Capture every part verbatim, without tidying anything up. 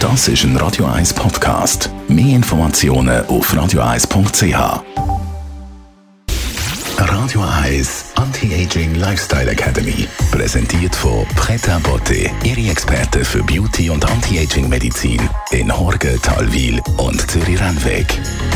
Das ist ein Radio eins Podcast. Mehr Informationen auf radio eins punkt c h. Radio eins Anti-Aging Lifestyle Academy. Präsentiert von Pret à Porter. Ihre Experten für Beauty- und Anti-Aging-Medizin in Horgen, Talwil und Zürich-Rennweg.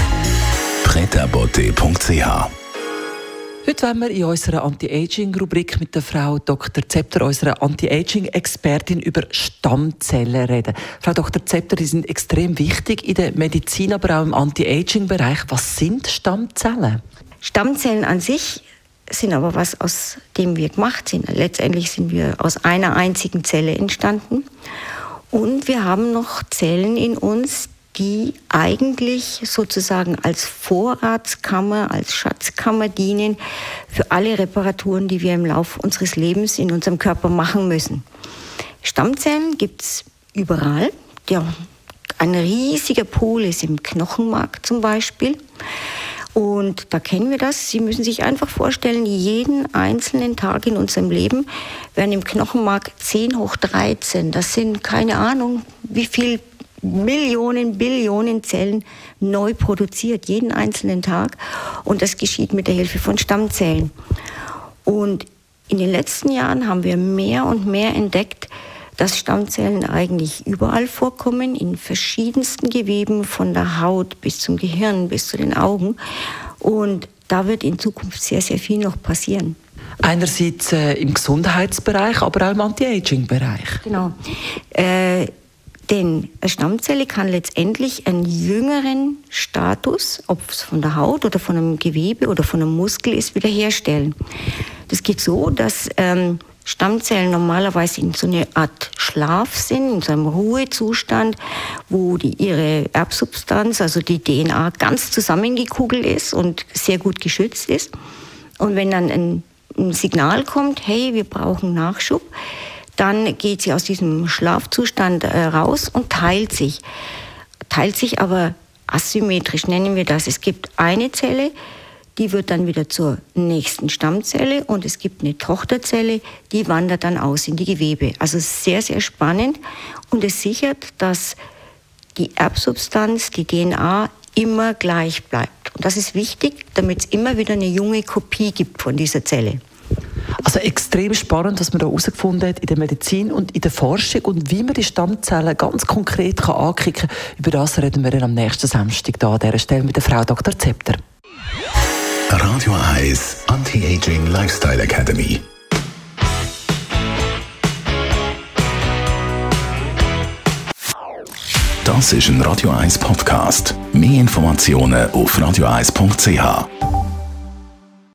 pret à porter punkt c h. Heute wollen wir in unserer Anti-Aging-Rubrik mit der Frau Doktor Zepter, unserer Anti-Aging-Expertin, über Stammzellen reden. Frau Doktor Zepter, die sind extrem wichtig in der Medizin, aber auch im Anti-Aging-Bereich. Was sind Stammzellen? Stammzellen an sich sind aber was, aus dem wir gemacht sind. Letztendlich sind wir aus einer einzigen Zelle entstanden. Und wir haben noch Zellen in uns, die eigentlich sozusagen als Vorratskammer, als Schatzkammer dienen für alle Reparaturen, die wir im Laufe unseres Lebens in unserem Körper machen müssen. Stammzellen gibt es überall. Ja, ein riesiger Pool ist im Knochenmark zum Beispiel. Und da kennen wir das. Sie müssen sich einfach vorstellen, jeden einzelnen Tag in unserem Leben werden im Knochenmark zehn hoch dreizehn, das sind keine Ahnung, wie viel Millionen, Billionen Zellen neu produziert, jeden einzelnen Tag. Und das geschieht mit der Hilfe von Stammzellen. Und in den letzten Jahren haben wir mehr und mehr entdeckt, dass Stammzellen eigentlich überall vorkommen, in verschiedensten Geweben, von der Haut bis zum Gehirn, bis zu den Augen. Und da wird in Zukunft sehr, sehr viel noch passieren. Einerseits äh, im Gesundheitsbereich, aber auch im Anti-Aging-Bereich. Genau. Äh, Denn eine Stammzelle kann letztendlich einen jüngeren Status, ob es von der Haut oder von einem Gewebe oder von einem Muskel ist, wiederherstellen. Das geht so, dass ähm, Stammzellen normalerweise in so einer Art Schlaf sind, in so einem Ruhezustand, wo die, ihre Erbsubstanz, also die D N A, ganz zusammengekugelt ist und sehr gut geschützt ist. Und wenn dann ein, ein Signal kommt, hey, wir brauchen Nachschub, dann geht sie aus diesem Schlafzustand äh, raus und teilt sich. Teilt sich aber asymmetrisch, nennen wir das. Es gibt eine Zelle, die wird dann wieder zur nächsten Stammzelle und es gibt eine Tochterzelle, die wandert dann aus in die Gewebe. Also sehr, sehr spannend und es sichert, dass die Erbsubstanz, die D N A immer gleich bleibt. Und das ist wichtig, damit es immer wieder eine junge Kopie gibt von dieser Zelle. Also extrem spannend, was man da herausgefunden hat in der Medizin und in der Forschung und wie man die Stammzellen ganz konkret kann ankicken kann. Über das reden wir dann am nächsten Samstag da an dieser Stelle mit der Frau Doktor Zepter. Radio eins Anti-Aging Lifestyle Academy. Das ist ein Radio eins Podcast. Mehr Informationen auf radio eins punkt c h.